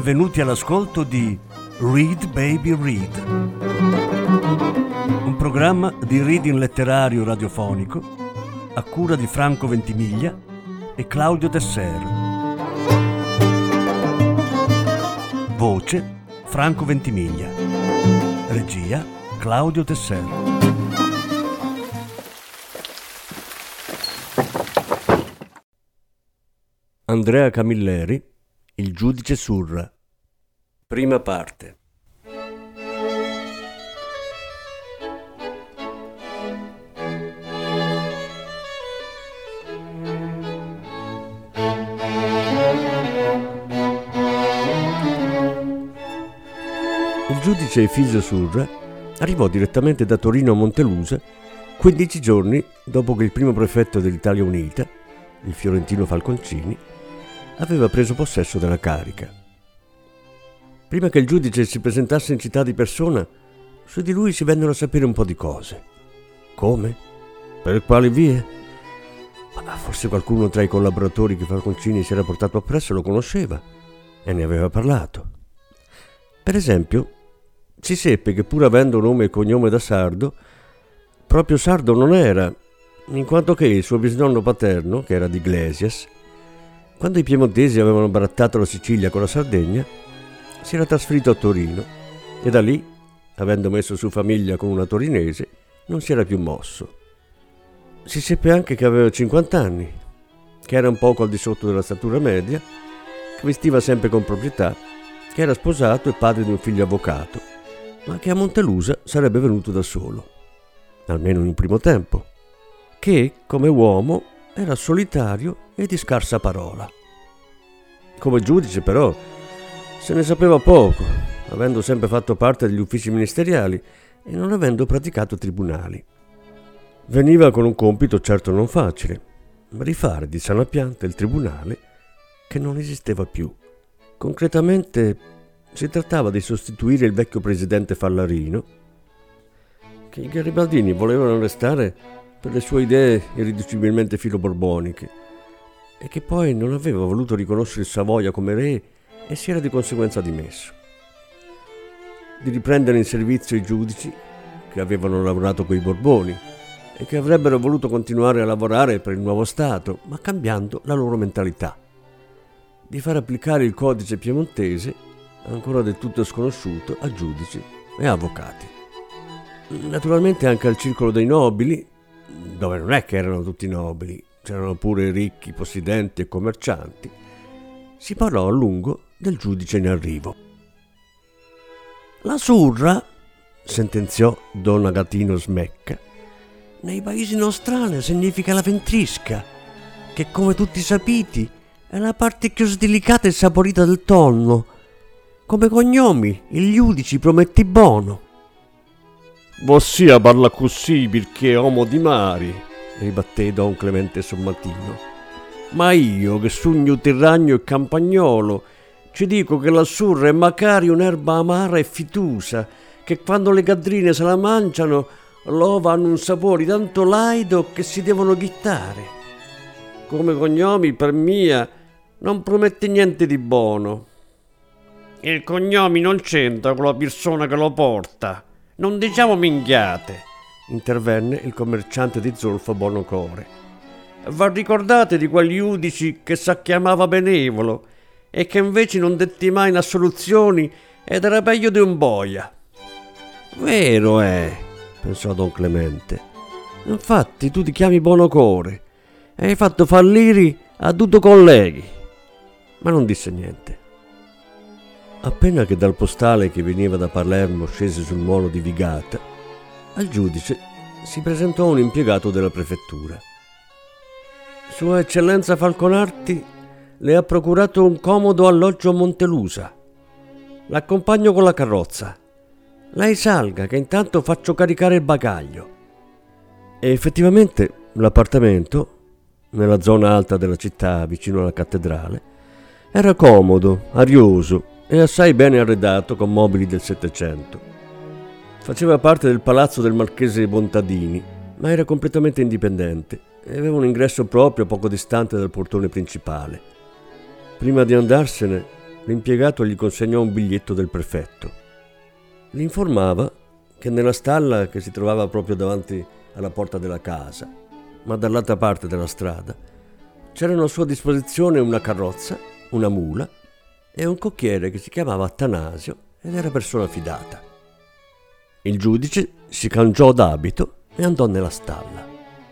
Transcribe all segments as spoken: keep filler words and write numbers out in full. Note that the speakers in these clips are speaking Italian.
benvenuti all'ascolto di Read Baby Read, un programma di reading letterario radiofonico a cura di Franco Ventimiglia e Claudio Tesser. Voce Franco Ventimiglia. Regia Claudio Tesser. Andrea Camilleri, Il giudice Surra. Prima parte. Il giudice Efisio Surra arrivò direttamente da Torino a Montelusa quindici giorni dopo che il primo prefetto dell'Italia Unita, il fiorentino Falconcini, aveva preso possesso della carica. Prima che il giudice si presentasse in città di persona, su di lui si vennero a sapere un po' di cose. Come? Per quali vie? Ma forse qualcuno tra i collaboratori che Falconcini si era portato appresso lo conosceva e ne aveva parlato. Per esempio, si seppe che pur avendo nome e cognome da sardo, proprio sardo non era, in quanto che il suo bisnonno paterno, che era di Iglesias, quando i piemontesi avevano barattato la Sicilia con la Sardegna, si era trasferito a Torino e da lì, avendo messo su famiglia con una torinese, non si era più mosso. Si seppe anche che aveva cinquanta anni, che era un poco al di sotto della statura media, che vestiva sempre con proprietà, che era sposato e padre di un figlio avvocato, ma che a Montelusa sarebbe venuto da solo, almeno in un primo tempo, che, come uomo, era solitario e di scarsa parola. Come giudice, però, se ne sapeva poco, avendo sempre fatto parte degli uffici ministeriali e non avendo praticato tribunali. Veniva con un compito certo non facile, rifare di sana pianta il tribunale che non esisteva più. Concretamente si trattava di sostituire il vecchio presidente Fallarino, che i garibaldini volevano arrestare per le sue idee irriducibilmente filoborboniche e che poi non aveva voluto riconoscere il Savoia come re e si era di conseguenza dimesso. Di riprendere in servizio i giudici che avevano lavorato coi Borboni e che avrebbero voluto continuare a lavorare per il nuovo Stato, ma cambiando la loro mentalità. Di far applicare il codice piemontese, ancora del tutto sconosciuto, a giudici e avvocati. Naturalmente anche al circolo dei nobili, dove non è che erano tutti nobili, c'erano pure ricchi, possidenti e commercianti, si parlò a lungo del giudice in arrivo. La surra, sentenziò don Agatino Smecca, nei paesi nostrani significa la ventrisca, che come tutti sapete è la parte più sdelicata e saporita del tonno. Come cognomi, il giudice promette buono. Vossia parla così perché è uomo di mari, ribatté don Clemente Sommatino. Ma io, che sogno terragno e campagnolo, ci dico che la surra è magari un'erba amara e fitusa, che quando le gadrine se la mangiano, l'ova hanno un sapore tanto laido che si devono ghittare. Come cognomi, per mia, non promette niente di buono. Il cognome non c'entra con la persona che lo porta. Non diciamo minchiate, intervenne il commerciante di zolfo Bonocore. Va ricordate di quegli giudici che si chiamava benevolo e che invece non detti mai in assoluzioni ed era peggio di un boia. Vero è, pensò don Clemente. Infatti tu ti chiami Bonocore e hai fatto fallire a tutti i colleghi. Ma non disse niente. Appena che dal postale che veniva da Palermo scese sul molo di Vigata, al giudice si presentò un impiegato della prefettura. Sua Eccellenza Falconarti le ha procurato un comodo alloggio a Montelusa. L'accompagno con la carrozza. Lei salga, che intanto faccio caricare il bagaglio. E effettivamente l'appartamento, nella zona alta della città, vicino alla cattedrale, era comodo, arioso e assai bene arredato con mobili del Settecento. Faceva parte del palazzo del marchese Bontadini, ma era completamente indipendente e aveva un ingresso proprio poco distante dal portone principale. Prima di andarsene, l'impiegato gli consegnò un biglietto del prefetto. Gli informava che nella stalla che si trovava proprio davanti alla porta della casa, ma dall'altra parte della strada, c'erano a sua disposizione una carrozza, una mula e un cocchiere che si chiamava Attanasio ed era persona fidata. Il giudice si cangiò d'abito e andò nella stalla.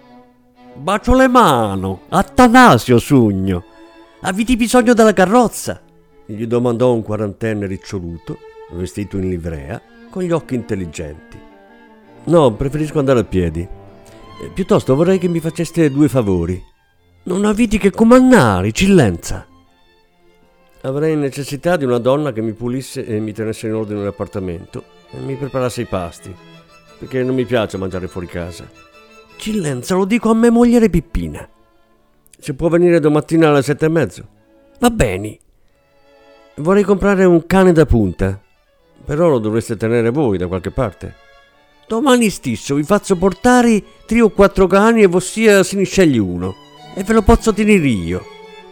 «Bacio le mano, Attanasio Sugno, avete bisogno della carrozza?» gli domandò un quarantenne riccioluto, vestito in livrea, con gli occhi intelligenti. «No, preferisco andare a piedi. Eh, piuttosto vorrei che mi faceste due favori». «Non avete che comandare, eccellenza». «Avrei necessità di una donna che mi pulisse e mi tenesse in ordine l'appartamento e mi preparasse i pasti, perché non mi piace mangiare fuori casa». «Eccellenza, lo dico a mia moglie Pippina». «Si può venire domattina alle sette e mezzo?» «Va bene». «Vorrei comprare un cane da punta, però lo dovreste tenere voi da qualche parte». «Domani stesso vi faccio portare tre o quattro cani e vossia se ne scegli uno e ve lo posso tenere io».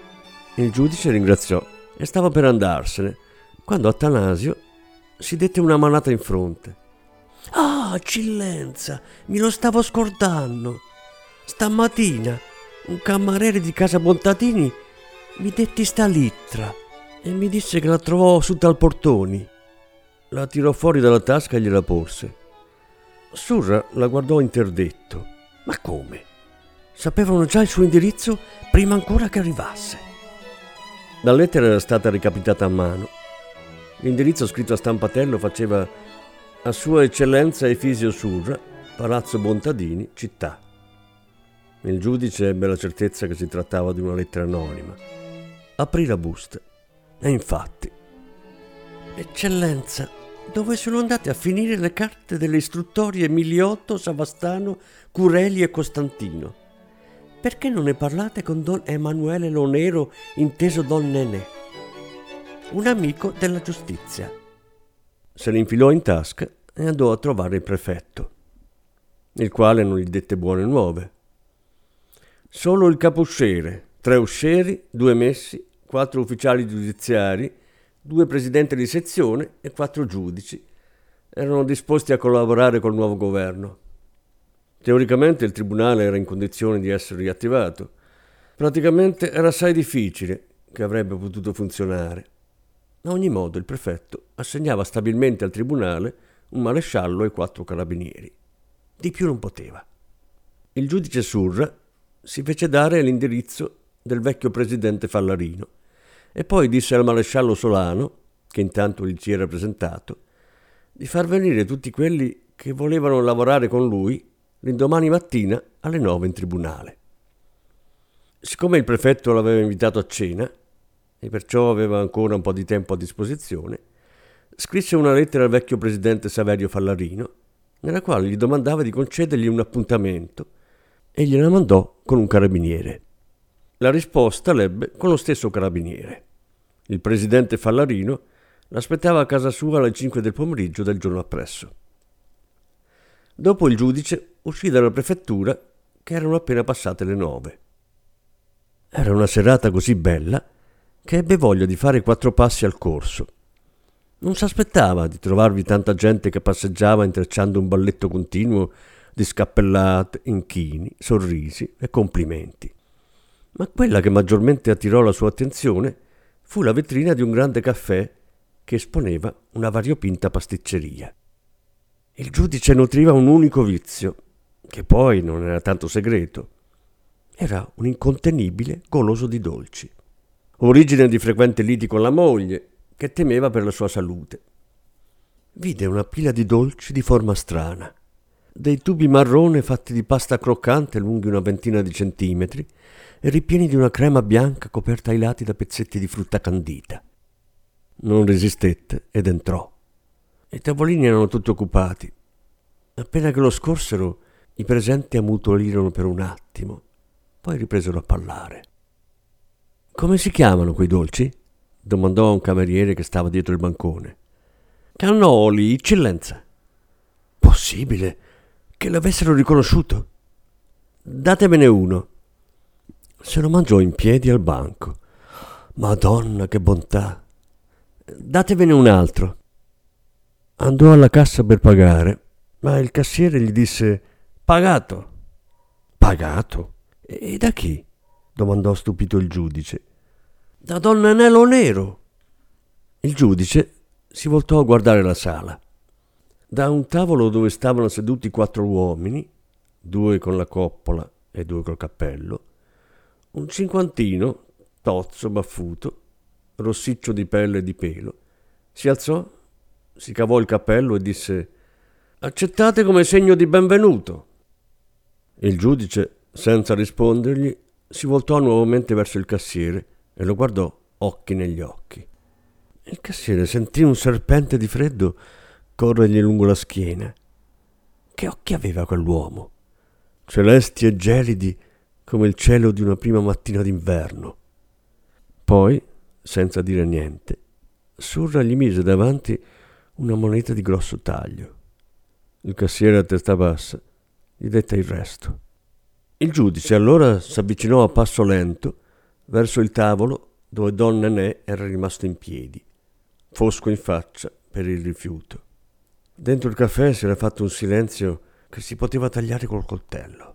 Il giudice ringraziò e stava per andarsene quando Attanasio si dette una manata in fronte. «Ah, eccellenza, mi lo stavo scordando. Stamattina un cameriere di casa Bontatini mi detti sta littra e mi disse che la trovò su dal portoni». La tirò fuori dalla tasca e gliela porse. Surra la guardò interdetto. «Ma come? Sapevano già il suo indirizzo prima ancora che arrivasse». La lettera era stata recapitata a mano. L'indirizzo scritto a stampatello faceva: «A Sua Eccellenza Efisio Surra, Palazzo Bontadini, città». Il giudice ebbe la certezza che si trattava di una lettera anonima. Aprì la busta e infatti: «Eccellenza, dove sono andate a finire le carte delle istruttorie Miliotto, Savastano, Cureli e Costantino? Perché non ne parlate con don Emanuele Lonero, inteso don Nenè, un amico della giustizia?» Se l'infilò in tasca e andò a trovare il prefetto, il quale non gli dette buone nuove. Solo il capusciere, tre uscieri, due messi, quattro ufficiali giudiziari, due presidenti di sezione e quattro giudici erano disposti a collaborare col nuovo governo. Teoricamente il tribunale era in condizione di essere riattivato. Praticamente era assai difficile che avrebbe potuto funzionare. A ogni modo il prefetto assegnava stabilmente al tribunale un maresciallo e quattro carabinieri. Di più non poteva. Il giudice Surra si fece dare l'indirizzo del vecchio presidente Fallarino e poi disse al maresciallo Solano, che intanto gli si era presentato, di far venire tutti quelli che volevano lavorare con lui l'indomani mattina alle nove in tribunale. Siccome il prefetto l'aveva invitato a cena e perciò aveva ancora un po' di tempo a disposizione, scrisse una lettera al vecchio presidente Saverio Fallarino, nella quale gli domandava di concedergli un appuntamento e gliela mandò con un carabiniere. La risposta l'ebbe con lo stesso carabiniere. Il presidente Fallarino l'aspettava a casa sua alle cinque del pomeriggio del giorno appresso. Dopo il giudice uscì dalla prefettura che erano appena passate le nove. Era una serata così bella che ebbe voglia di fare quattro passi al corso. Non s'aspettava di trovarvi tanta gente che passeggiava intrecciando un balletto continuo di scappellate, inchini, sorrisi e complimenti. Ma quella che maggiormente attirò la sua attenzione fu la vetrina di un grande caffè che esponeva una variopinta pasticceria. Il giudice nutriva un unico vizio, che poi non era tanto segreto. Era un incontenibile goloso di dolci. Origine di frequenti liti con la moglie, che temeva per la sua salute. Vide una pila di dolci di forma strana, dei tubi marrone fatti di pasta croccante lunghi una ventina di centimetri e ripieni di una crema bianca coperta ai lati da pezzetti di frutta candita. Non resistette ed entrò. I tavolini erano tutti occupati. Appena che lo scorsero, i presenti ammutolirono per un attimo, poi ripresero a parlare. «Come si chiamano quei dolci?» domandò a un cameriere che stava dietro il bancone. «Cannoli, eccellenza». «Possibile che l'avessero riconosciuto?» «Datemene uno». Se lo mangiò in piedi al banco. Madonna, che bontà! datevene un altro. Andò alla cassa per pagare, ma il cassiere gli disse: pagato. Pagato? E da chi? Domandò stupito il giudice. Da don Nenelo Nero. Il giudice si voltò a guardare la sala. Da un tavolo dove stavano seduti quattro uomini, due con la coppola e due col cappello, un cinquantino, tozzo, baffuto, rossiccio di pelle e di pelo, si alzò, si cavò il cappello e disse: accettate come segno di benvenuto. Il giudice, senza rispondergli, si voltò nuovamente verso il cassiere e lo guardò occhi negli occhi. Il cassiere sentì un serpente di freddo corrergli lungo la schiena. Che occhi aveva quell'uomo? Celesti e gelidi come il cielo di una prima mattina d'inverno. Poi, senza dire niente, Surra gli mise davanti una moneta di grosso taglio. Il cassiere a testa bassa gli dette il resto. Il giudice allora s'avvicinò a passo lento verso il tavolo dove don Nenè era rimasto in piedi, fosco in faccia per il rifiuto. Dentro il caffè si era fatto un silenzio che si poteva tagliare col coltello.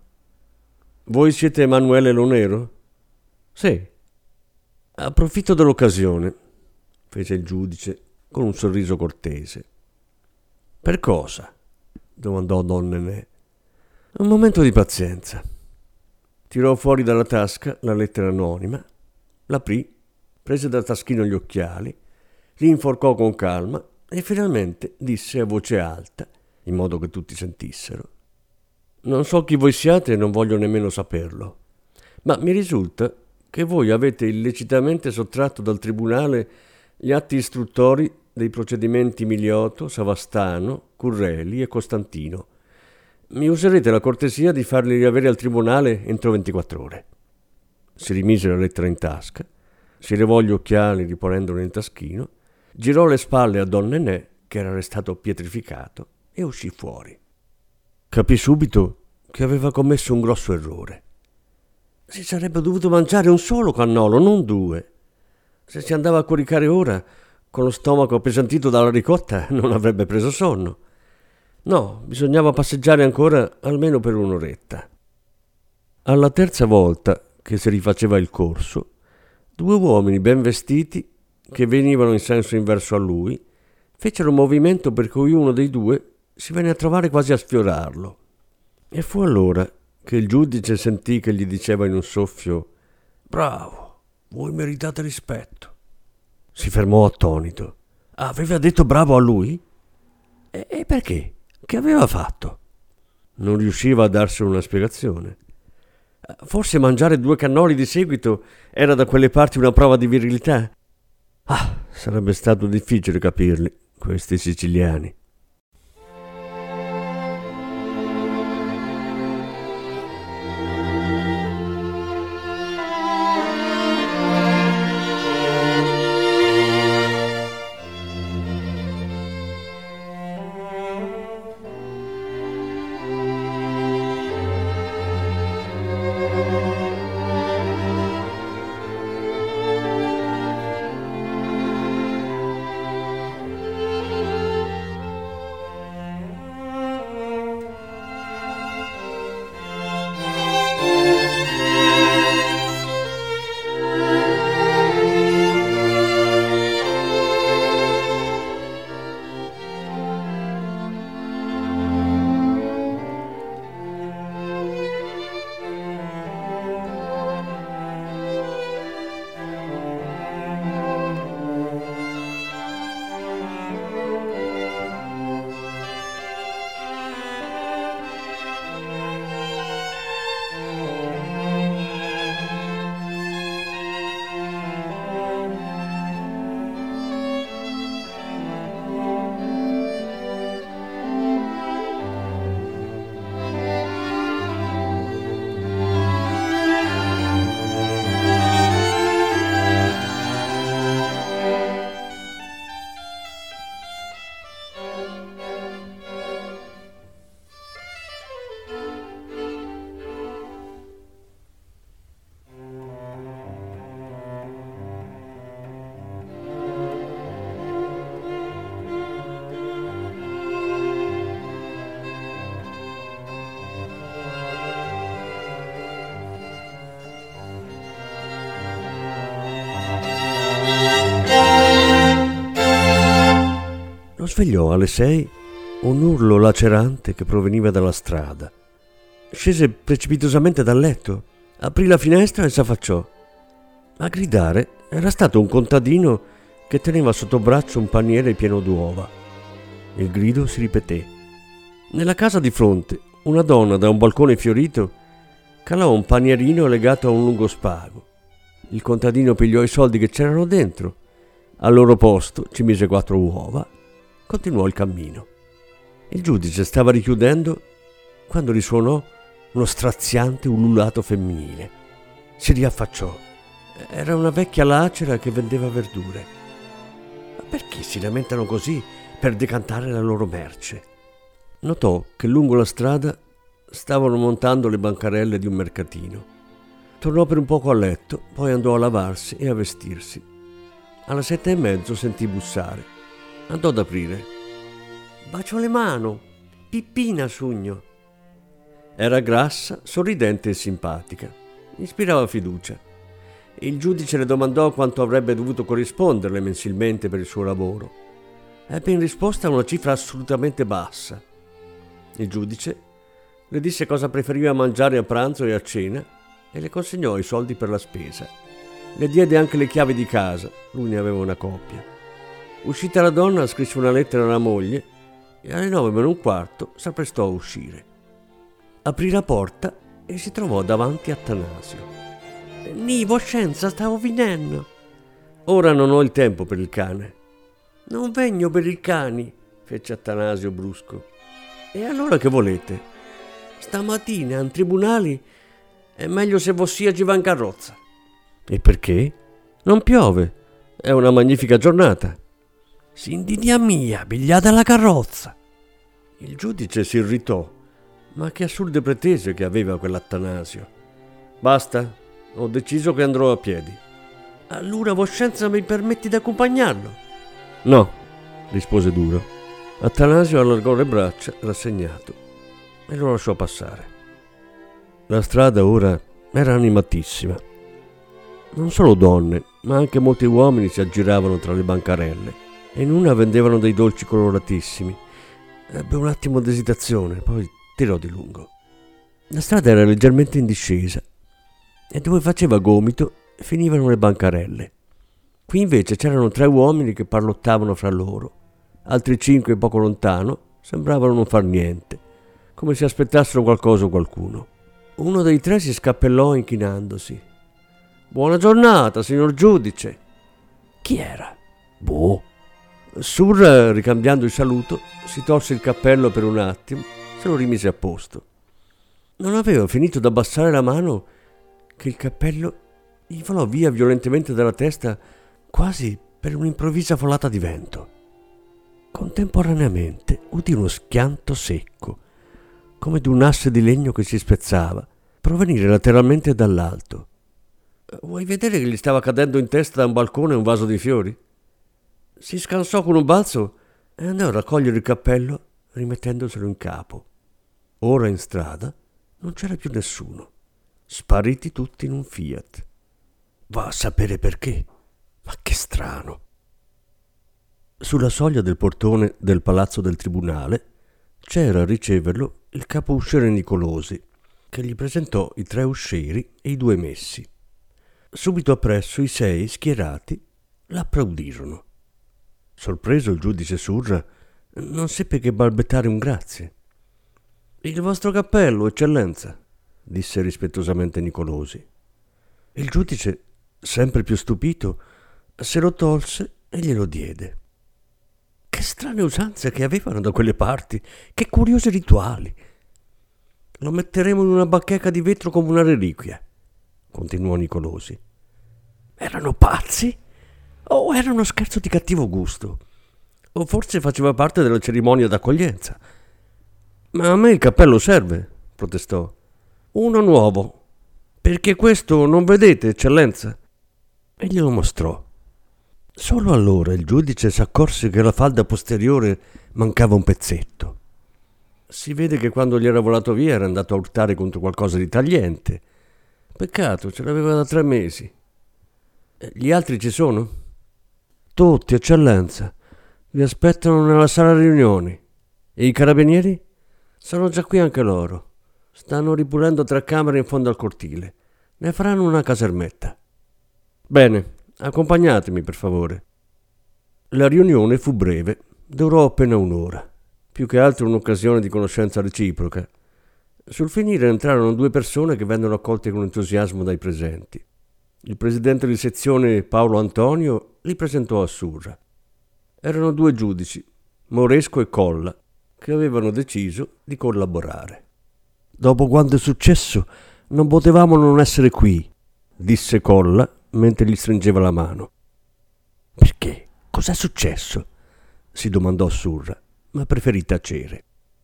Voi siete Emanuele Lonero? Sì. Approfitto dell'occasione, fece il giudice con un sorriso cortese. Per cosa? Domandò don Nenè. Un momento di pazienza. Tirò fuori dalla tasca la lettera anonima, l'aprì, prese dal taschino gli occhiali, li inforcò con calma e finalmente disse a voce alta, in modo che tutti sentissero: non so chi voi siate e non voglio nemmeno saperlo, ma mi risulta che voi avete illecitamente sottratto dal tribunale gli atti istruttori dei procedimenti Miliotto, Savastano, Currelli e Costantino. Mi userete la cortesia di farli riavere al tribunale entro ventiquattro ore. Si rimise la lettera in tasca, si levò gli occhiali riponendoli nel taschino, girò le spalle a don Nenè, che era restato pietrificato, e uscì fuori. Capì subito che aveva commesso un grosso errore. Si sarebbe dovuto mangiare un solo cannolo, non due. Se si andava a coricare ora, con lo stomaco appesantito dalla ricotta, non avrebbe preso sonno. No, bisognava passeggiare ancora almeno per un'oretta. Alla terza volta che si rifaceva il corso, due uomini ben vestiti, che venivano in senso inverso a lui, fecero un movimento per cui uno dei due si venne a trovare quasi a sfiorarlo. E fu allora che il giudice sentì che gli diceva in un soffio: bravo, voi meritate rispetto. Si fermò attonito. Aveva detto bravo a lui? E, e perché? Che aveva fatto? Non riusciva a darsi una spiegazione. Forse mangiare due cannoli di seguito era da quelle parti una prova di virilità? Ah, sarebbe stato difficile capirli, questi siciliani. svegliò alle sei un urlo lacerante che proveniva dalla strada. Scese precipitosamente dal letto, aprì la finestra e s'affacciò. A gridare era stato un contadino che teneva sotto braccio un paniere pieno d'uova. Il grido si ripeté. Nella casa di fronte, una donna da un balcone fiorito calò un panierino legato a un lungo spago. Il contadino pigliò i soldi che c'erano dentro, al loro posto ci mise quattro uova, continuò il cammino. Il giudice stava richiudendo quando risuonò uno straziante ululato femminile. Si riaffacciò. Era una vecchia lacera che vendeva verdure. Ma perché si lamentano così per decantare la loro merce? Notò che lungo la strada stavano montando le bancarelle di un mercatino. Tornò per un poco a letto, poi andò a lavarsi e a vestirsi. Alle sette e mezzo sentì bussare. Andò ad aprire. «Bacio le mano! Pippina, sugno!» Era grassa, sorridente e simpatica. Ispirava fiducia. Il giudice le domandò quanto avrebbe dovuto corrisponderle mensilmente per il suo lavoro. Ebbe in risposta una cifra assolutamente bassa. Il giudice le disse cosa preferiva mangiare a pranzo e a cena e le consegnò i soldi per la spesa. Le diede anche le chiavi di casa, lui ne aveva una coppia. Uscita la donna, scrisse una lettera alla moglie e alle nove meno un quarto s'apprestò a uscire. Aprì la porta e si trovò davanti a Attanasio. «Ni, voscenza, stavo venendo!» «Ora non ho il tempo per il cane!» «Non vegno per i cani!» fece Attanasio brusco. «E allora che volete?» «Stamattina in tribunali è meglio se vossia ci va in carrozza!» «E perché?» «Non piove, è una magnifica giornata!» «S'indidia mia, pigliate la carrozza!» Il giudice si irritò. Ma che assurde pretese che aveva quell'Attanasio. «Basta, ho deciso che andrò a piedi». «Allora voscenza mi permetti di accompagnarlo?» «No», rispose duro. Attanasio allargò le braccia, rassegnato, e lo lasciò passare. La strada ora era animatissima. Non solo donne, ma anche molti uomini si aggiravano tra le bancarelle, e in una vendevano dei dolci coloratissimi. Ebbe un attimo d'esitazione, poi tirò di lungo. La strada era leggermente in discesa e dove faceva gomito finivano le bancarelle. Qui invece c'erano tre uomini che parlottavano fra loro. Altri cinque poco lontano sembravano non far niente, come se aspettassero qualcosa o qualcuno. Uno dei tre si scappellò inchinandosi. «Buona giornata, signor giudice!» Chi era? Boh. Surra, ricambiando il saluto, si tolse il cappello per un attimo, se lo rimise a posto. Non aveva finito di abbassare la mano che il cappello gli volò via violentemente dalla testa, quasi per un'improvvisa folata di vento. Contemporaneamente udì uno schianto secco, come di un asse di legno che si spezzava, provenire lateralmente dall'alto. «Vuoi vedere che gli stava cadendo in testa da un balcone un vaso di fiori?» Si scansò con un balzo e andò a raccogliere il cappello rimettendoselo in capo. Ora in strada non c'era più nessuno. Spariti tutti in un Fiat. Va a sapere perché. Ma che strano. Sulla soglia del portone del palazzo del tribunale c'era a riceverlo il capo usciere Nicolosi, che gli presentò i tre uscieri e i due messi. Subito appresso i sei schierati l'applaudirono. Sorpreso il giudice Surra non seppe che balbettare un grazie. «Il vostro cappello, eccellenza», disse rispettosamente Nicolosi. Il giudice, sempre più stupito, se lo tolse e glielo diede. Che strane usanze che avevano da quelle parti, che curiosi rituali. «Lo metteremo in una bacheca di vetro come una reliquia», continuò Nicolosi. Erano pazzi? O era uno scherzo di cattivo gusto? O forse faceva parte della cerimonia d'accoglienza? «Ma a me il cappello serve», protestò. «Uno nuovo. Perché questo non vedete, eccellenza?» E glielo mostrò. Solo allora il giudice s'accorse che la falda posteriore mancava un pezzetto. Si vede che quando gli era volato via era andato a urtare contro qualcosa di tagliente. Peccato, ce l'aveva da tre mesi. Gli altri ci sono? Tutti, eccellenza. Vi aspettano nella sala riunioni. E i carabinieri? Sono già qui anche loro. Stanno ripulendo tre camere in fondo al cortile. Ne faranno una casermetta. Bene, accompagnatemi per favore. La riunione fu breve, durò appena un'ora. Più che altro un'occasione di conoscenza reciproca. Sul finire entrarono due persone che vennero accolte con entusiasmo dai presenti. Il presidente di sezione Paolo Antonio li presentò a Surra. Erano due giudici, Moresco e Colla, che avevano deciso di collaborare. «Dopo quanto è successo, non potevamo non essere qui», disse Colla mentre gli stringeva la mano. «Perché? Cos'è successo?» si domandò Surra, ma preferì tacere.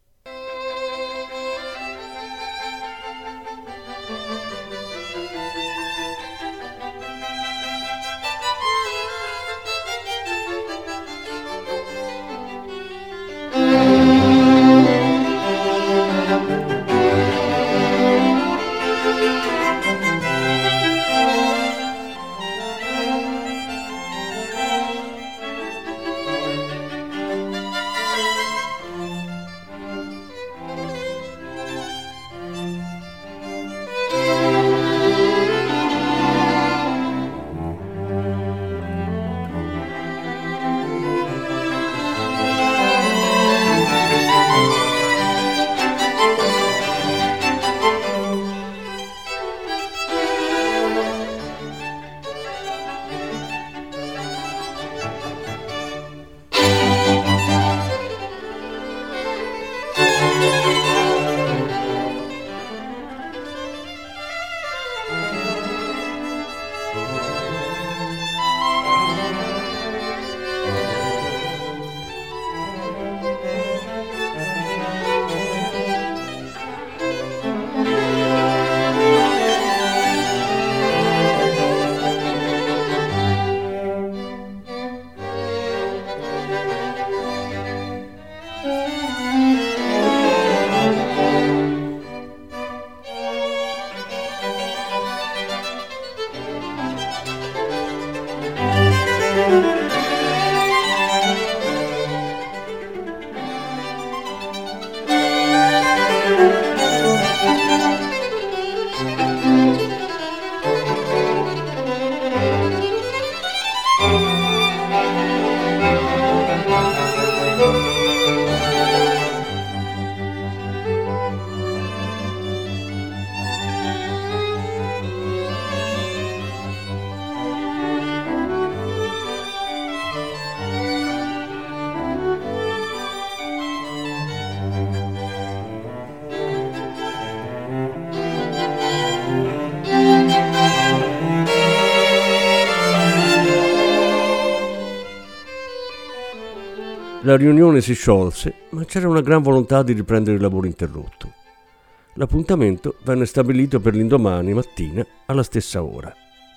La riunione si sciolse, ma c'era una gran volontà di riprendere il lavoro interrotto. L'appuntamento venne stabilito per l'indomani mattina alla stessa ora.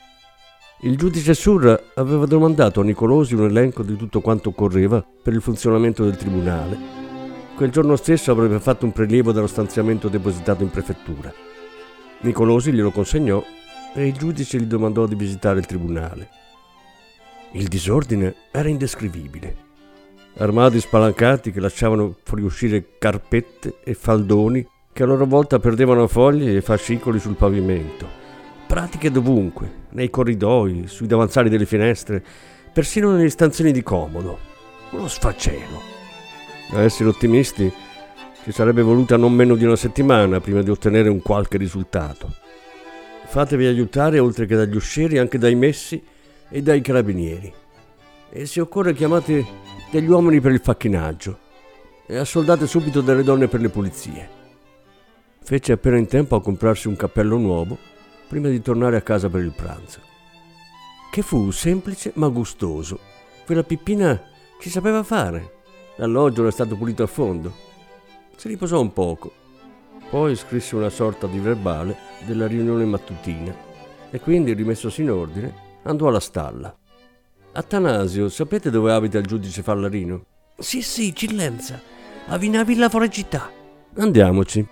Il giudice Surra aveva domandato a Nicolosi un elenco di tutto quanto occorreva per il funzionamento del tribunale. Quel giorno stesso avrebbe fatto un prelievo dallo stanziamento depositato in prefettura. Nicolosi glielo consegnò e il giudice gli domandò di visitare il tribunale. Il disordine era indescrivibile. Armadi spalancati che lasciavano fuoriuscire carpette e faldoni che a loro volta perdevano foglie e fascicoli sul pavimento. Pratiche dovunque, nei corridoi, sui davanzali delle finestre, persino negli stanzini di comodo. Uno sfacelo. A essere ottimisti ci sarebbe voluta non meno di una settimana prima di ottenere un qualche risultato. Fatevi aiutare oltre che dagli uscieri anche dai messi e dai carabinieri. E se occorre chiamate degli uomini per il facchinaggio e assoldate subito delle donne per le pulizie. Fece appena in tempo a comprarsi un cappello nuovo prima di tornare a casa per il pranzo, che fu semplice ma gustoso. Quella pippina ci sapeva fare. L'alloggio era stato pulito a fondo. Si riposò un poco, poi scrisse una sorta di verbale della riunione mattutina e quindi, rimessosi in ordine, andò alla stalla. Attanasio, sapete dove abita il giudice Fallarino? Sì, sì, Cillenza, a Vina Villa Foregità. Andiamoci.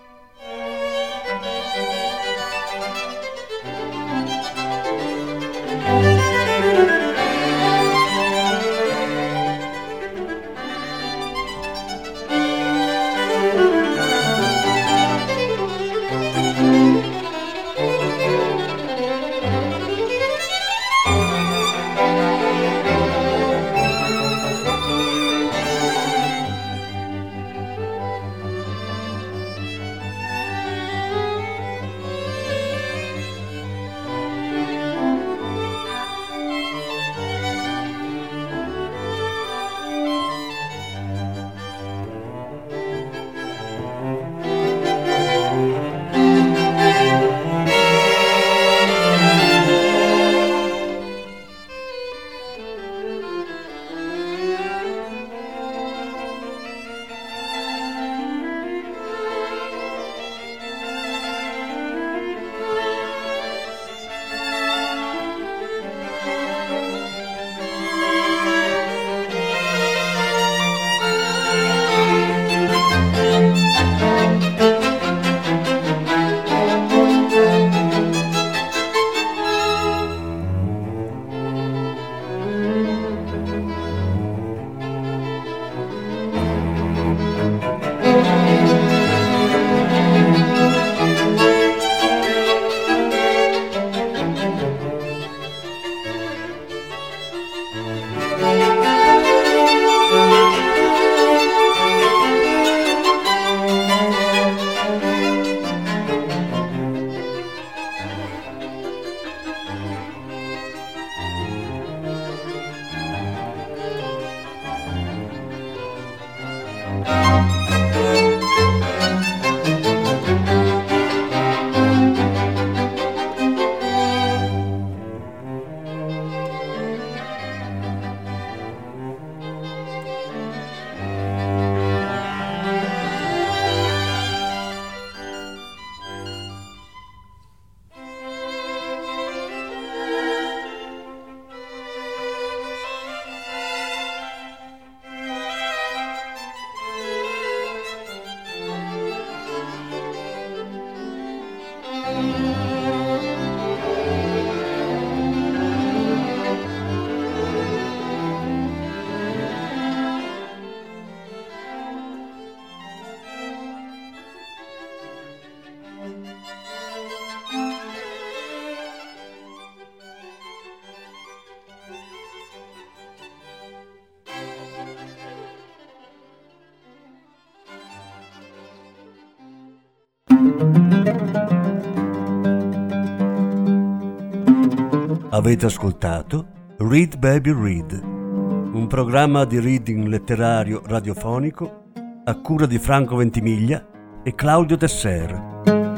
Avete ascoltato Read Baby Read, un programma di reading letterario radiofonico a cura di Franco Ventimiglia e Claudio Tesser.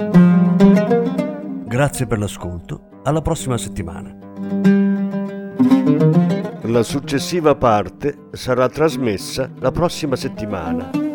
Grazie per l'ascolto, alla prossima settimana. La successiva parte sarà trasmessa la prossima settimana.